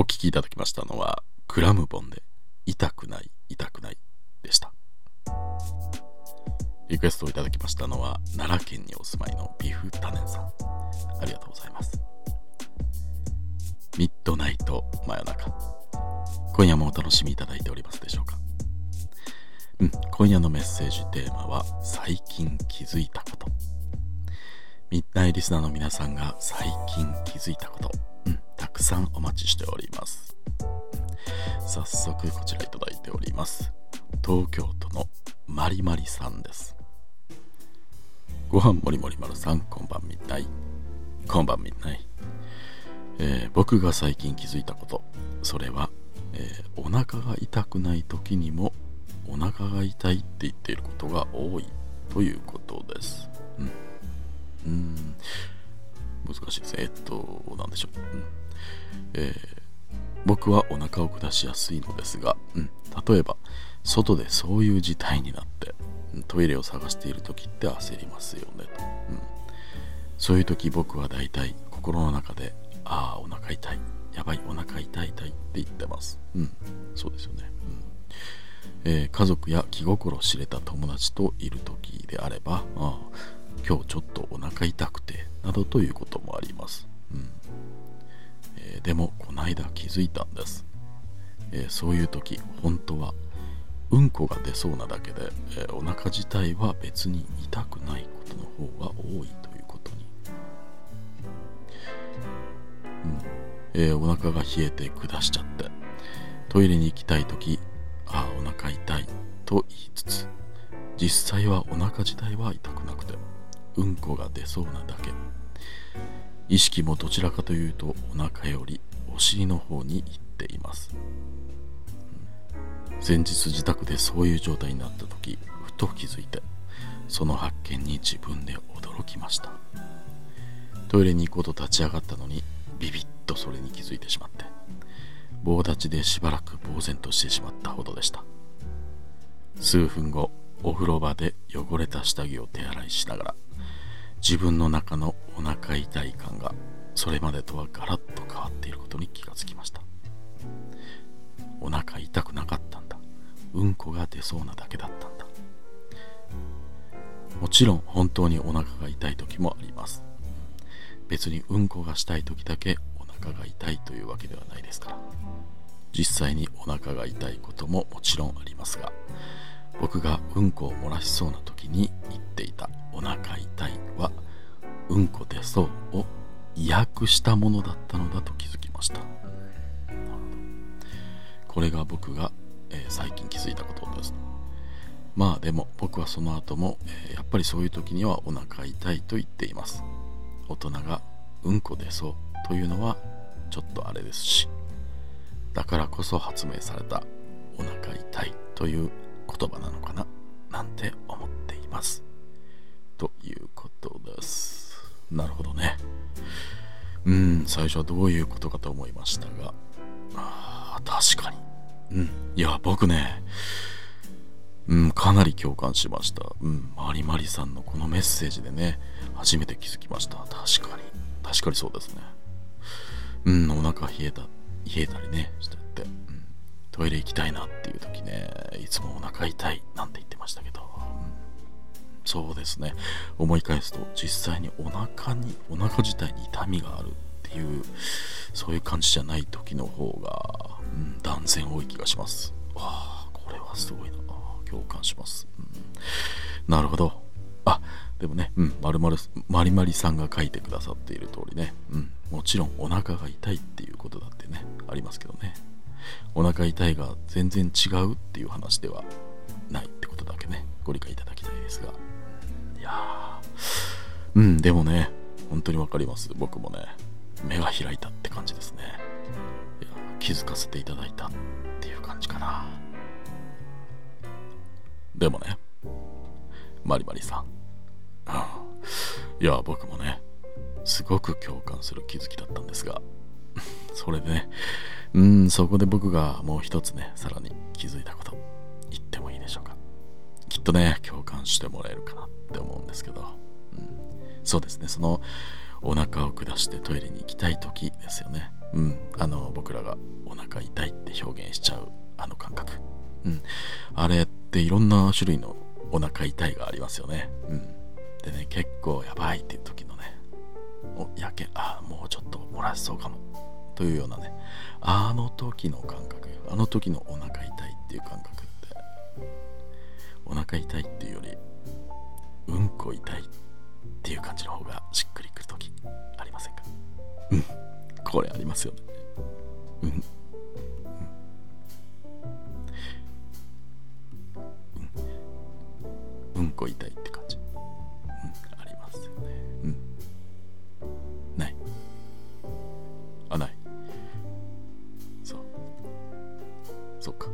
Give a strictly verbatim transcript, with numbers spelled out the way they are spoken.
お聞きいただきましたのはクラムボンで痛くない痛くないでした。リクエストをいただきましたのは奈良県にお住まいのビフタネンさん、ありがとうございます。ミッドナイト真夜中、今夜もお楽しみいただいておりますでしょうか。うん、今夜のメッセージテーマは最近気づいたこと。ミッドナイトリスナーの皆さんが最近気づいたこと、うん、たくさんお待ちしております。早速こちらいただいております。東京都のまりまりさんです。ごはんもりもりまるさん、こんばんみないこんばんみない、えー、僕が最近気づいたこと、それは、えー、お腹が痛くない時にもお腹が痛いって言っていることが多いということです。うん、うーん難しいですね。えっとなんでしょう、うんえー、僕はお腹を下しやすいのですが、うん、例えば外でそういう事態になってトイレを探している時って焦りますよねと、うん、そういう時僕はだいたい心の中でああお腹痛い、やばいお腹痛い痛いって言ってます。うんそうですよね。うんえー、家族や気心知れた友達といる時であれば、ああ今日ちょっとお腹痛くてなどということもあります。うんえー、でもこないだ気づいたんです。えー、そういう時本当はうんこが出そうなだけで、えー、お腹自体は別に痛くないことの方が多いということに、うんえー、お腹が冷えて下しちゃってトイレに行きたい時、ああお腹痛いと言いつつ、実際はお腹自体は痛くなくてうんこが出そうなだけ。意識もどちらかというとお腹よりお尻の方に行っています。前日自宅でそういう状態になった時、ふと気づいてその発見に自分で驚きました。トイレに行こうと立ち上がったのにビビッとそれに気づいてしまって、棒立ちでしばらく呆然としてしまったほどでした。数分後、お風呂場で汚れた下着を手洗いしながら自分の中のお腹痛い感がそれまでとはガラッと変わっていることに気がつきました。お腹痛くなかったんだ、うんこが出そうなだけだったんだ。もちろん本当にお腹が痛い時もあります。別にうんこがしたい時だけお腹が痛いというわけではないですから。実際にお腹が痛いことももちろんありますが、僕がうんこを漏らしそうな時に言っていたお腹痛いはうんこ出そうを意訳したものだったのだと気づきました。これが僕が、えー、最近気づいたことです。まあでも僕はその後も、えー、やっぱりそういう時にはお腹痛いと言っています。大人がうんこ出そうというのはちょっとあれですし、だからこそ発明されたお腹痛いという言葉なのかななんて思っていますということです。なるほどね。うん最初はどういうことかと思いましたが、あ確かに、うんいや僕ね、うんかなり共感しました。うんまりまりさんのこのメッセージでね初めて気づきました。確かに確かにそうですね。うんお腹冷えた冷えたりねしてて、うん、トイレ行きたいなっていう時ねいつもお腹痛いなんて言ってましたけど、うん、そうですね。思い返すと実際にお腹にお腹自体に痛みがあるっていうそういう感じじゃない時の方が、うん、断然多い気がします。わあこれはすごいな、共感します、うん、なるほど。あでもね、うん、まるまるまりまりさんが書いてくださっている通りね、うん、もちろんお腹が痛いっていうことだってねありますけどね、お腹痛いが全然違うっていう話ではないってことだけねご理解いただきたいですが、いやーうんでもね本当にわかります。僕もね目が開いたって感じですね。いや気づかせていただいたっていう感じかな。でもねまりまりさん、いや僕もねすごく共感する気づきだったんですがそれでねうんそこで僕がもう一つねさらに気づいたこと言ってもいいでしょうか。きっとね共感してもらえるかなって思うんですけど、うん、そうですね、そのお腹を下してトイレに行きたい時ですよね。うんあの僕らがお腹痛いって表現しちゃうあの感覚、うん、あれっていろんな種類のお腹痛いがありますよね、うん、でね結構やばいっていう時のね、おやけあもうちょっと漏らしそうかもというようなね、あの時の感覚、あの時のお腹痛いっていう感覚って、お腹痛いっていうよりうんこ痛いっていう感じの方がしっくりくる時ありませんか？うん、これありますよね。うん、うん、うん、うんこ痛いって感じ、うん、ありますよね。うん、ない、あ、ない、そう、そっか、